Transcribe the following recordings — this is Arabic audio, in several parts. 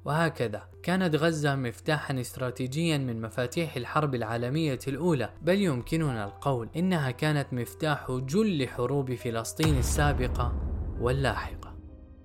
وهكذا كانت غزة مفتاحا استراتيجيا من مفاتيح الحرب العالمية الأولى، بل يمكننا القول إنها كانت مفتاح جل حروب فلسطين السابقة واللاحقة.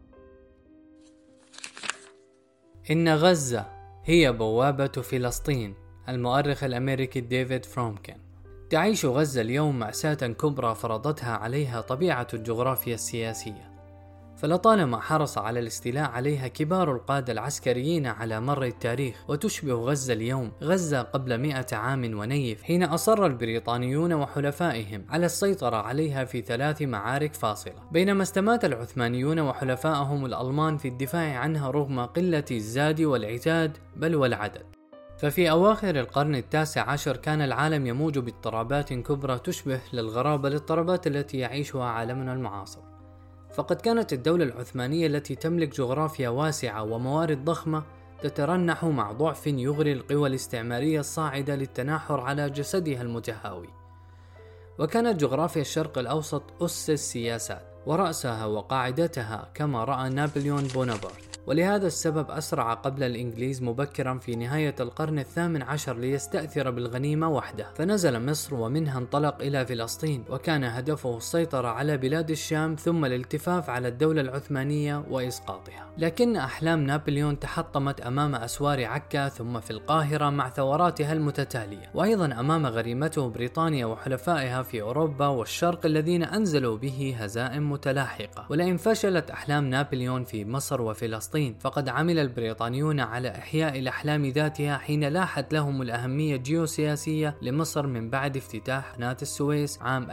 إن غزة هي بوابة فلسطين. المؤرخ الأمريكي ديفيد فرومكن. تعيش غزة اليوم مأساة كبرى فرضتها عليها طبيعة الجغرافيا السياسية، فلطالما حرص على الاستيلاء عليها كبار القادة العسكريين على مر التاريخ، وتشبه غزة اليوم غزة قبل 100 عام ونيف، حين أصر البريطانيون وحلفائهم على السيطرة عليها في 3 معارك فاصلة، بينما استمات العثمانيون وحلفائهم الألمان في الدفاع عنها رغم قلة الزاد والعتاد بل والعدد. ففي أواخر القرن ال19 كان العالم يموج باضطرابات كبرى تشبه للغرابة للاضطرابات التي يعيشها عالمنا المعاصر. فقد كانت الدولة العثمانية التي تملك جغرافيا واسعة وموارد ضخمة تترنح مع ضعف يغري القوى الاستعمارية الصاعدة للتناحر على جسدها المتهاوي. وكانت جغرافيا الشرق الأوسط أس السياسات ورأسها وقاعدتها كما رأى نابليون بونابرت، ولهذا السبب أسرع قبل الإنجليز مبكرا في نهاية القرن ال18 ليستأثر بالغنيمة وحده، فنزل مصر ومنها انطلق إلى فلسطين، وكان هدفه السيطرة على بلاد الشام ثم الالتفاف على الدولة العثمانية وإسقاطها. لكن أحلام نابليون تحطمت أمام أسوار عكا ثم في القاهرة مع ثوراتها المتتالية، وأيضا أمام غريمته بريطانيا وحلفائها في أوروبا والشرق الذين أنزلوا به هزائم متلاحقة. ولئن فشلت أحلام نابليون في مصر وفلسطين فقد عمل البريطانيون على إحياء الأحلام ذاتها حين لاحت لهم الأهمية الجيوسياسية لمصر من بعد افتتاح قناة السويس عام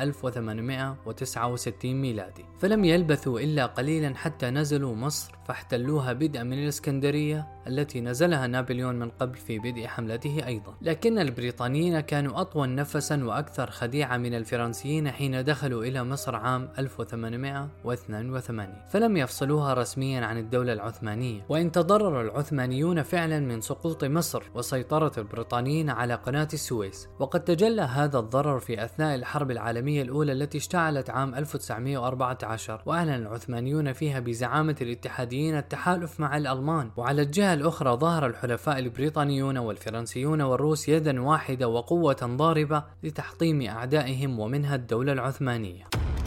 1869 ميلادي. فلم يلبثوا إلا قليلا حتى نزلوا مصر فاحتلوها بدءا من الإسكندرية التي نزلها نابليون من قبل في بدء حملته أيضا. لكن البريطانيين كانوا أطول نفسا وأكثر خديعة من الفرنسيين حين دخلوا إلى مصر عام 1882، فلم يفصلوها رسميا عن الدولة العثمانية. وإن تضرر العثمانيون فعلا من سقوط مصر وسيطرة البريطانيين على قناة السويس، وقد تجلى هذا الضرر في أثناء الحرب العالمية الأولى التي اشتعلت عام 1914، وأعلن العثمانيون فيها بزعامة الاتحاديين التحالف مع الألمان، وعلى الجهة الأخرى ظهر الحلفاء البريطانيون والفرنسيون والروس يدا واحدة وقوة ضاربة لتحطيم أعدائهم ومنها الدولة العثمانية.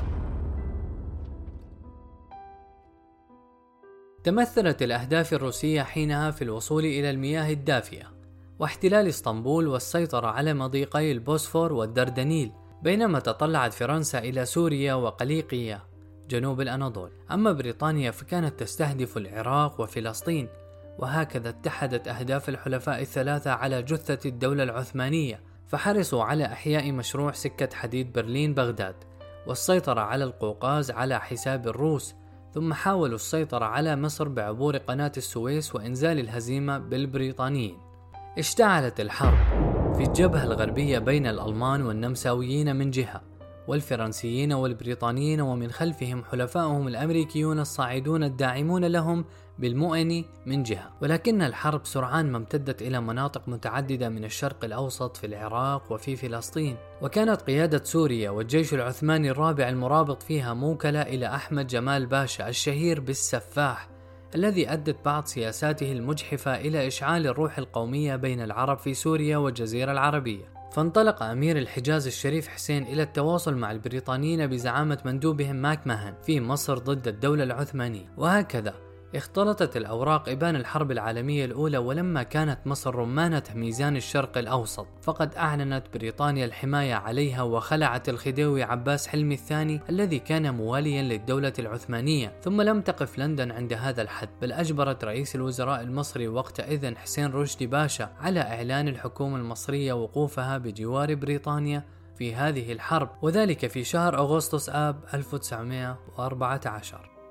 تمثلت الأهداف الروسية حينها في الوصول إلى المياه الدافئة واحتلال اسطنبول والسيطرة على مضيقي البوسفور والدردنيل، بينما تطلعت فرنسا إلى سوريا وقليقية جنوب الأناضول. أما بريطانيا فكانت تستهدف العراق وفلسطين. وهكذا اتحدت أهداف الحلفاء الثلاثة على جثة الدولة العثمانية، فحرصوا على إحياء مشروع سكة حديد برلين بغداد والسيطرة على القوقاز على حساب الروس، ثم حاولوا السيطرة على مصر بعبور قناة السويس وإنزال الهزيمة بالبريطانيين. اشتعلت الحرب في الجبهة الغربية بين الألمان والنمساويين من جهة، والفرنسيين والبريطانيين ومن خلفهم حلفائهم الأمريكيون الصاعدون الداعمون لهم بالمؤن من جهة. ولكن الحرب سرعان ما امتدت إلى مناطق متعددة من الشرق الأوسط في العراق وفي فلسطين، وكانت قيادة سوريا والجيش العثماني الرابع المرابط فيها موكلة إلى أحمد جمال باشا الشهير بالسفاح، الذي أدت بعض سياساته المجحفة إلى إشعال الروح القومية بين العرب في سوريا والجزيرة العربية. فانطلق أمير الحجاز الشريف حسين إلى التواصل مع البريطانيين بزعامة مندوبهم ماك ماهن في مصر ضد الدولة العثمانية. وهكذا اختلطت الأوراق إبان الحرب العالمية الأولى. ولما كانت مصر رمانة ميزان الشرق الأوسط فقد أعلنت بريطانيا الحماية عليها وخلعت الخديوي عباس حلمي الثاني الذي كان مواليا للدولة العثمانية. ثم لم تقف لندن عند هذا الحد، بل أجبرت رئيس الوزراء المصري وقتئذ حسين رشدي باشا على إعلان الحكومة المصرية وقوفها بجوار بريطانيا في هذه الحرب، وذلك في شهر أغسطس آب 1914.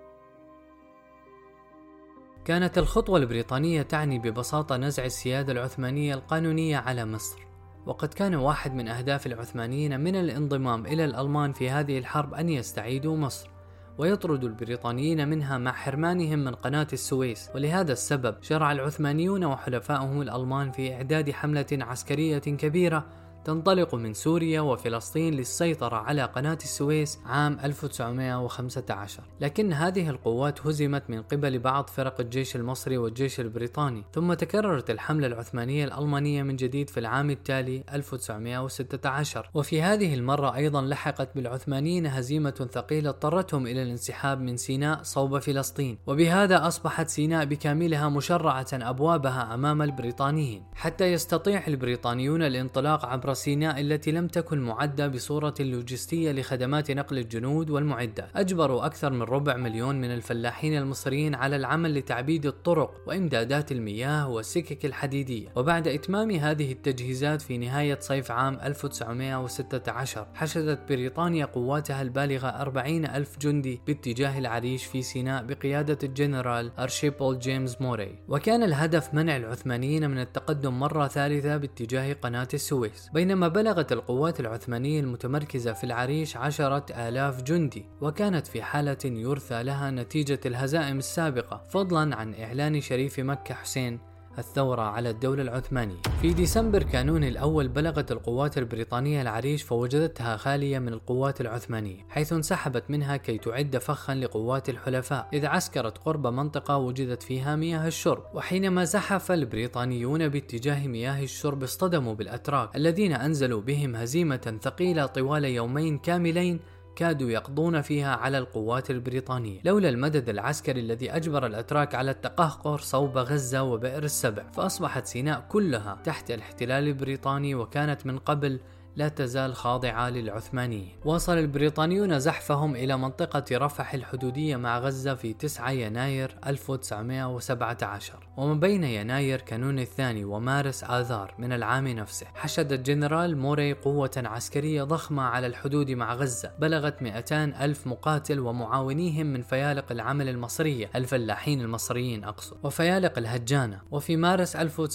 كانت الخطوة البريطانية تعني ببساطة نزع السيادة العثمانية القانونية على مصر، وقد كان واحد من أهداف العثمانيين من الانضمام إلى الألمان في هذه الحرب أن يستعيدوا مصر ويطردوا البريطانيين منها مع حرمانهم من قناة السويس. ولهذا السبب شرع العثمانيون وحلفائهم الألمان في إعداد حملة عسكرية كبيرة تنطلق من سوريا وفلسطين للسيطرة على قناة السويس عام 1915، لكن هذه القوات هزمت من قبل بعض فرق الجيش المصري والجيش البريطاني، ثم تكررت الحملة العثمانية الألمانية من جديد في العام التالي 1916، وفي هذه المرة أيضا لحقت بالعثمانيين هزيمة ثقيلة اضطرتهم إلى الانسحاب من سيناء صوب فلسطين، وبهذا أصبحت سيناء بكاملها مشرعة أبوابها أمام البريطانيين، حتى يستطيع البريطانيون الانطلاق عبر سيناء التي لم تكن معدة بصورة لوجستية لخدمات نقل الجنود والمعدات. أجبروا أكثر من 250,000 من الفلاحين المصريين على العمل لتعبيد الطرق وإمدادات المياه والسكك الحديدية، وبعد إتمام هذه التجهيزات في نهاية صيف عام 1916 حشدت بريطانيا قواتها البالغة 40,000 جندي باتجاه العريش في سيناء بقيادة الجنرال أرشيبولد جيمس موري، وكان الهدف منع العثمانيين من التقدم مرة ثالثة باتجاه قناة السويس. بينما بلغت القوات العثمانية المتمركزة في العريش 10,000 جندي، وكانت في حالة يرثى لها نتيجة الهزائم السابقة، فضلا عن إعلان شريف مكة حسين الثورة على الدولة العثمانية. في ديسمبر كانون الأول بلغت القوات البريطانية العريش فوجدتها خالية من القوات العثمانية، حيث انسحبت منها كي تعد فخا لقوات الحلفاء، إذ عسكرت قرب منطقة وجدت فيها مياه الشرب. وحينما زحف البريطانيون باتجاه مياه الشرب اصطدموا بالأتراك الذين أنزلوا بهم هزيمة ثقيلة طوال يومين كاملين كادوا يقضون فيها على القوات البريطانية، لولا المدد العسكري الذي أجبر الأتراك على التقهقر صوب غزة وبئر السبع، فأصبحت سيناء كلها تحت الاحتلال البريطاني، وكانت من قبل لا تزال خاضعة للعثمانيين. واصل البريطانيون زحفهم إلى منطقة رفح الحدودية مع غزة في 9 يناير 1917، وما بين يناير كانون الثاني ومارس آذار من العام نفسه حشد الجنرال موري قوة عسكرية ضخمة على الحدود مع غزة بلغت 200,000 مقاتل ومعاونيهم من فيالق العمل المصرية، الفلاحين المصريين أقصد، وفيالق الهجانة. وفي مارس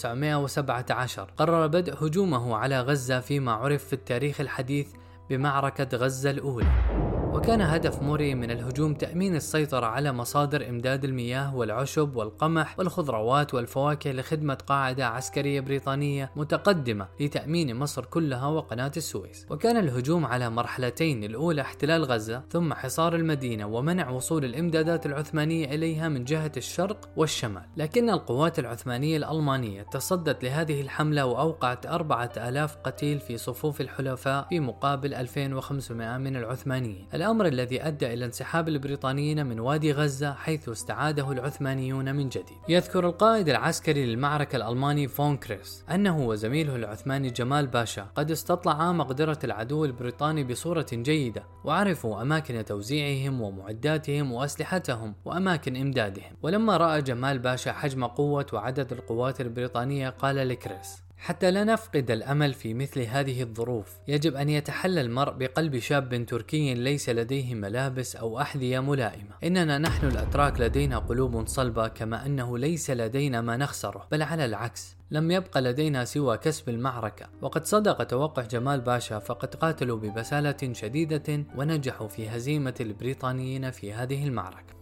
1917 قرر بدء هجومه على غزة فيما عرف في التاريخ الحديث بمعركة غزة الأولى. وكان هدف موري من الهجوم تأمين السيطرة على مصادر إمداد المياه والعشب والقمح والخضروات والفواكه لخدمة قاعدة عسكرية بريطانية متقدمة لتأمين مصر كلها وقناة السويس. وكان الهجوم على مرحلتين، الأولى احتلال غزة ثم حصار المدينة ومنع وصول الإمدادات العثمانية إليها من جهة الشرق والشمال. لكن القوات العثمانية الألمانية تصدت لهذه الحملة وأوقعت 4,000 قتيل في صفوف الحلفاء في مقابل 2,500 من العثمانيين، الأمر الذي أدى إلى انسحاب البريطانيين من وادي غزة حيث استعاده العثمانيون من جديد. يذكر القائد العسكري للمعركة الألماني فون كريس أنه وزميله العثماني جمال باشا قد استطلعا مقدرة العدو البريطاني بصورة جيدة، وعرفوا أماكن توزيعهم ومعداتهم وأسلحتهم وأماكن إمدادهم. ولما رأى جمال باشا حجم قوة وعدد القوات البريطانية قال لكريس: حتى لا نفقد الأمل في مثل هذه الظروف، يجب أن يتحلى المرء بقلب شاب تركي ليس لديه ملابس أو أحذية ملائمة. إننا نحن الأتراك لدينا قلوب صلبة، كما أنه ليس لدينا ما نخسره، بل على العكس لم يبق لدينا سوى كسب المعركة. وقد صدق توقع جمال باشا، فقد قاتلوا ببسالة شديدة ونجحوا في هزيمة البريطانيين في هذه المعركة.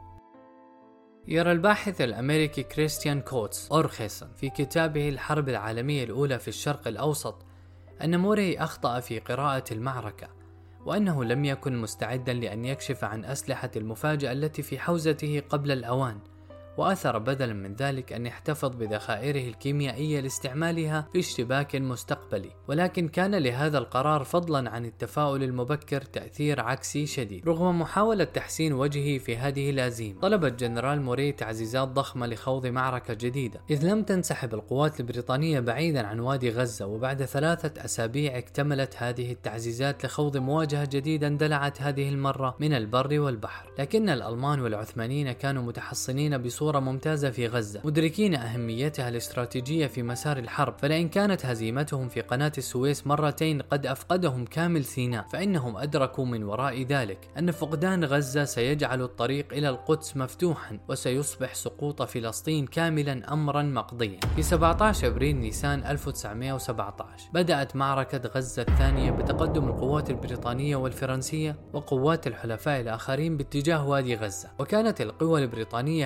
يرى الباحث الأمريكي كريستيان كوتس أورخيسن في كتابه الحرب العالمية الأولى في الشرق الأوسط أن موري أخطأ في قراءة المعركة، وأنه لم يكن مستعدا لأن يكشف عن أسلحة المفاجأة التي في حوزته قبل الأوان، وأثر بدلا من ذلك أن يحتفظ بذخائره الكيميائية لاستعمالها في اشتباك مستقبلي. ولكن كان لهذا القرار فضلا عن التفاؤل المبكر تأثير عكسي شديد. رغم محاولة تحسين وجهه في هذه الهزيمة، طلب الجنرال موري تعزيزات ضخمة لخوض معركة جديدة، إذ لم تنسحب القوات البريطانية بعيدا عن وادي غزة، وبعد 3 أسابيع اكتملت هذه التعزيزات لخوض مواجهة جديدة اندلعت هذه المرة من البر والبحر. لكن الألمان والعثمانيين كانوا متحصنين بصورة ممتازة في غزة، مدركين أهميتها الاستراتيجية في مسار الحرب، فلئن كانت هزيمتهم في قناة السويس مرتين قد أفقدهم كامل سيناء، فإنهم أدركوا من وراء ذلك أن فقدان غزة سيجعل الطريق إلى القدس مفتوحا، وسيصبح سقوط فلسطين كاملا أمرا مقضيا. في 17 أبريل نيسان 1917 بدأت معركة غزة الثانية بتقدم القوات البريطانية والفرنسية وقوات الحلفاء الآخرين باتجاه وادي غزة. وكانت القوى البريطانية هذه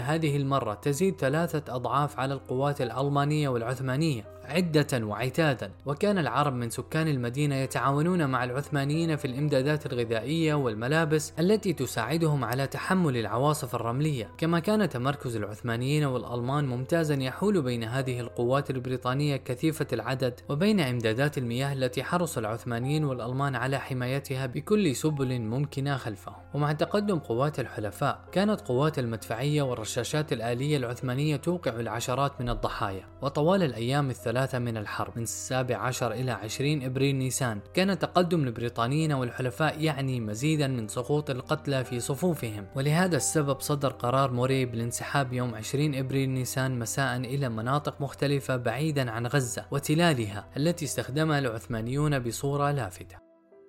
المرة تزيد 3 أضعاف على القوات الألمانية والعثمانية عدة وعتادا، وكان العرب من سكان المدينة يتعاونون مع العثمانيين في الإمدادات الغذائية والملابس التي تساعدهم على تحمل العواصف الرملية، كما كان تمركز العثمانيين والألمان ممتازا يحول بين هذه القوات البريطانية كثيفة العدد وبين إمدادات المياه التي حرص العثمانيين والألمان على حمايتها بكل سبل ممكنة خلفهم. ومع تقدم قوات الحلفاء كانت قوات المدفعية والرشاشات الآلية العثمانية توقع العشرات من الضحايا، وطوال الأيام الثلاثة من الحرب من 17 إلى 20 إبريل نيسان كان تقدم البريطانيين والحلفاء يعني مزيدا من سقوط القتلى في صفوفهم، ولهذا السبب صدر قرار موري بالانسحاب يوم 20 إبريل نيسان مساء إلى مناطق مختلفة بعيدا عن غزة وتلالها التي استخدمها العثمانيون بصورة لافتة.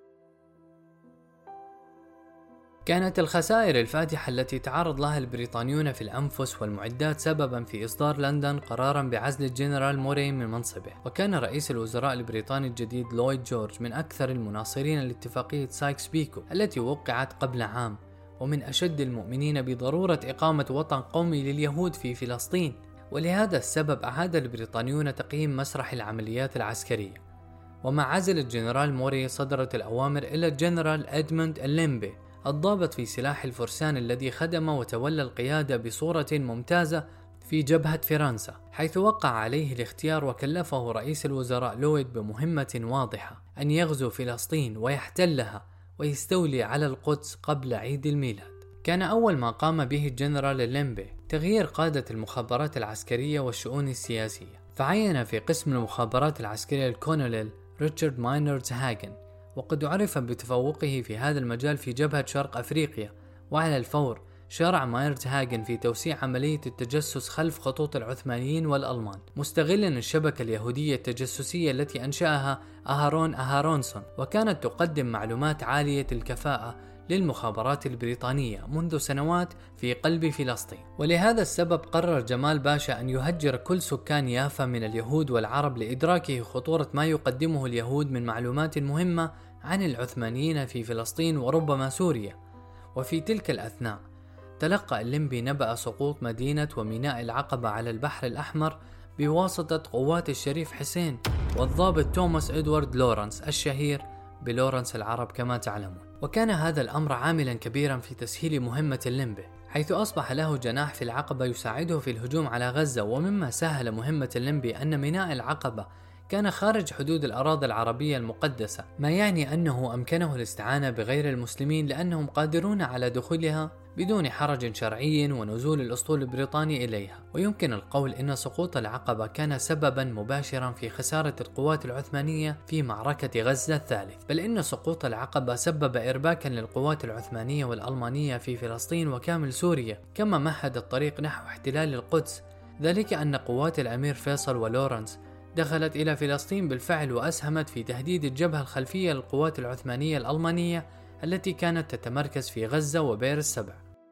كانت الخسائر الفادحة التي تعرض لها البريطانيون في الأنفس والمعدات سببا في إصدار لندن قرارا بعزل الجنرال موري من منصبه، وكان رئيس الوزراء البريطاني الجديد لويد جورج من أكثر المناصرين لاتفاقية سايكس بيكو التي وقعت قبل عام، ومن أشد المؤمنين بضرورة إقامة وطن قومي لليهود في فلسطين. ولهذا السبب أعاد البريطانيون تقييم مسرح العمليات العسكرية، ومع عزل الجنرال موري صدرت الأوامر إلى الجنرال إدموند الليمبي الضابط في سلاح الفرسان الذي خدم وتولى القيادة بصورة ممتازة في جبهة فرنسا، حيث وقع عليه الاختيار وكلفه رئيس الوزراء لويد بمهمة واضحة أن يغزو فلسطين ويحتلها ويستولي على القدس قبل عيد الميلاد. كان أول ما قام به الجنرال الليمبي تغيير قادة المخابرات العسكرية والشؤون السياسية، فعين في قسم المخابرات العسكرية الكولونيل ريتشارد ماينرز هاغن، وقد عرف بتفوقه في هذا المجال في جبهة شرق أفريقيا. وعلى الفور شرع مايرز هاغن في توسيع عملية التجسس خلف خطوط العثمانيين والألمان، مستغلا الشبكة اليهودية التجسسية التي أنشأها أهارون أهارونسون، وكانت تقدم معلومات عالية الكفاءة للمخابرات البريطانية منذ سنوات في قلب فلسطين. ولهذا السبب قرر جمال باشا أن يهجر كل سكان يافا من اليهود والعرب لإدراكه خطورة ما يقدمه اليهود من معلومات مهمة عن العثمانيين في فلسطين وربما سوريا. وفي تلك الأثناء تلقى الليمبي نبأ سقوط مدينة وميناء العقبة على البحر الأحمر بواسطة قوات الشريف حسين والضابط توماس إدوارد لورنس الشهير بلورنس العرب كما تعلمون. وكان هذا الأمر عاملا كبيرا في تسهيل مهمة الليمبي، حيث أصبح له جناح في العقبة يساعده في الهجوم على غزة. ومما سهل مهمة الليمبي أن ميناء العقبة كان خارج حدود الأراضي العربية المقدسة، ما يعني أنه أمكنه الاستعانة بغير المسلمين لأنهم قادرون على دخولها بدون حرج شرعي ونزول الأسطول البريطاني إليها. ويمكن القول إن سقوط العقبة كان سببا مباشرا في خسارة القوات العثمانية في معركة غزة الثالث، بل إن سقوط العقبة سبب إرباكا للقوات العثمانية والألمانية في فلسطين وكامل سوريا، كما مهد الطريق نحو احتلال القدس، ذلك أن قوات الأمير فيصل ولورنس دخلت إلى فلسطين بالفعل وأسهمت في تهديد الجبهة الخلفية للقوات العثمانية الألمانية التي كانت تتمركز في غزة وبئر السبع.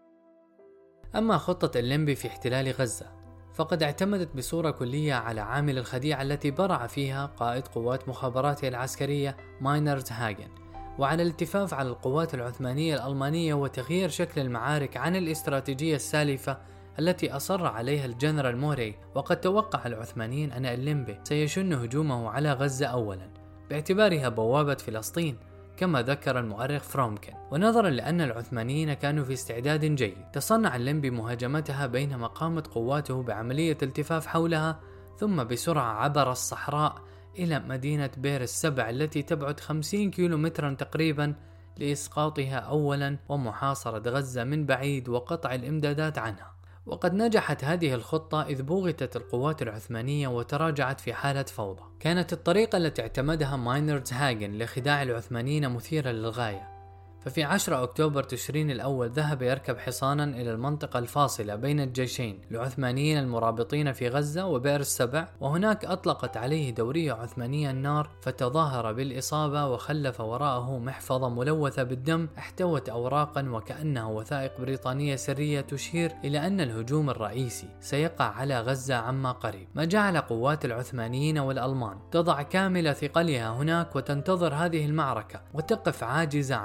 أما خطة الليمبي في احتلال غزة فقد اعتمدت بصورة كلية على عامل الخديعة التي برع فيها قائد قوات مخابراته العسكرية ماينرز هاغن، وعلى الالتفاف على القوات العثمانية الألمانية وتغيير شكل المعارك عن الاستراتيجية السالفة التي أصر عليها الجنرال موري. وقد توقع العثمانيين أن الليمبي سيشن هجومه على غزة أولا باعتبارها بوابة فلسطين كما ذكر المؤرخ فرومكن. ونظرا لأن العثمانيين كانوا في استعداد جيد تصنع الليمبي مهاجمتها بينما قامت قواته بعملية التفاف حولها، ثم بسرعة عبر الصحراء إلى مدينة بئر السبع التي تبعد 50 كيلومترا تقريبا لإسقاطها أولا ومحاصرة غزة من بعيد وقطع الإمدادات عنها. وقد نجحت هذه الخطة إذ بوغتت القوات العثمانية وتراجعت في حالة فوضى. كانت الطريقة التي اعتمدها ماينرز هاغن لخداع العثمانيين مثيرة للغاية، ففي 10 أكتوبر تشرين الأول ذهب يركب حصانا إلى المنطقة الفاصلة بين الجيشين العثمانيين المرابطين في غزة وبئر السبع، وهناك أطلقت عليه دورية عثمانية النار فتظاهر بالإصابة وخلف وراءه محفظة ملوثة بالدم احتوت أوراقا وكأنها وثائق بريطانية سرية تشير إلى أن الهجوم الرئيسي سيقع على غزة عما قريب، ما جعل قوات العثمانيين والألمان تضع كامل ثقلها هناك وتنتظر هذه المعركة وتقف عاجزة عن نصرة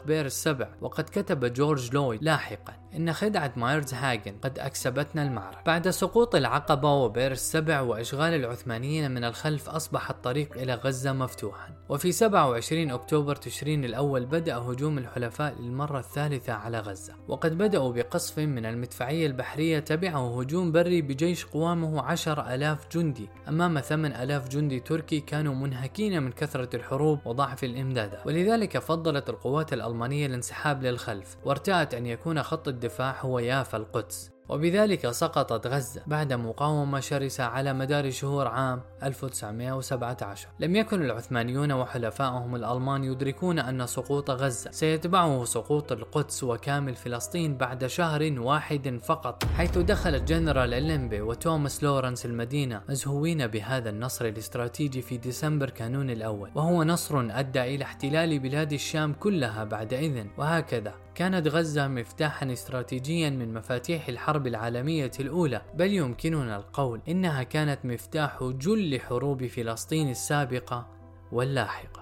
منطقة بئر السبع. وقد كتب جورج لويد لاحقا إن خدعة مايرز هاجن قد أكسبتنا المعركة. بعد سقوط العقبة وبئر السبع وإشغال العثمانيين من الخلف، أصبح الطريق إلى غزة مفتوحا. وفي 27 أكتوبر تشرين الأول بدأ هجوم الحلفاء للمرة الثالثة على غزة، وقد بدأوا بقصف من المدفعية البحرية تبعه هجوم بري بجيش قوامه 10,000 جندي أمام 8,000 جندي تركي كانوا منهكين من كثرة الحروب وضعف الإمدادات. ولذلك فضلت القوات الألمانية الانسحاب للخلف، وارتأت أن يكون خط الدفاع هو يافا القدس، وبذلك سقطت غزة بعد مقاومة شرسة على مدار شهور عام 1917. لم يكن العثمانيون وحلفائهم الألمان يدركون أن سقوط غزة سيتبعه سقوط القدس وكامل فلسطين بعد شهر واحد فقط، حيث دخل الجنرال إلينبي وتوماس لورنس المدينة مزهوين بهذا النصر الاستراتيجي في ديسمبر كانون الأول، وهو نصر أدى إلى احتلال بلاد الشام كلها بعد إذن. وهكذا كانت غزة مفتاحا استراتيجيا من مفاتيح الحرب العالمية الأولى، بل يمكننا القول إنها كانت مفتاح جل حروب فلسطين السابقة واللاحقة.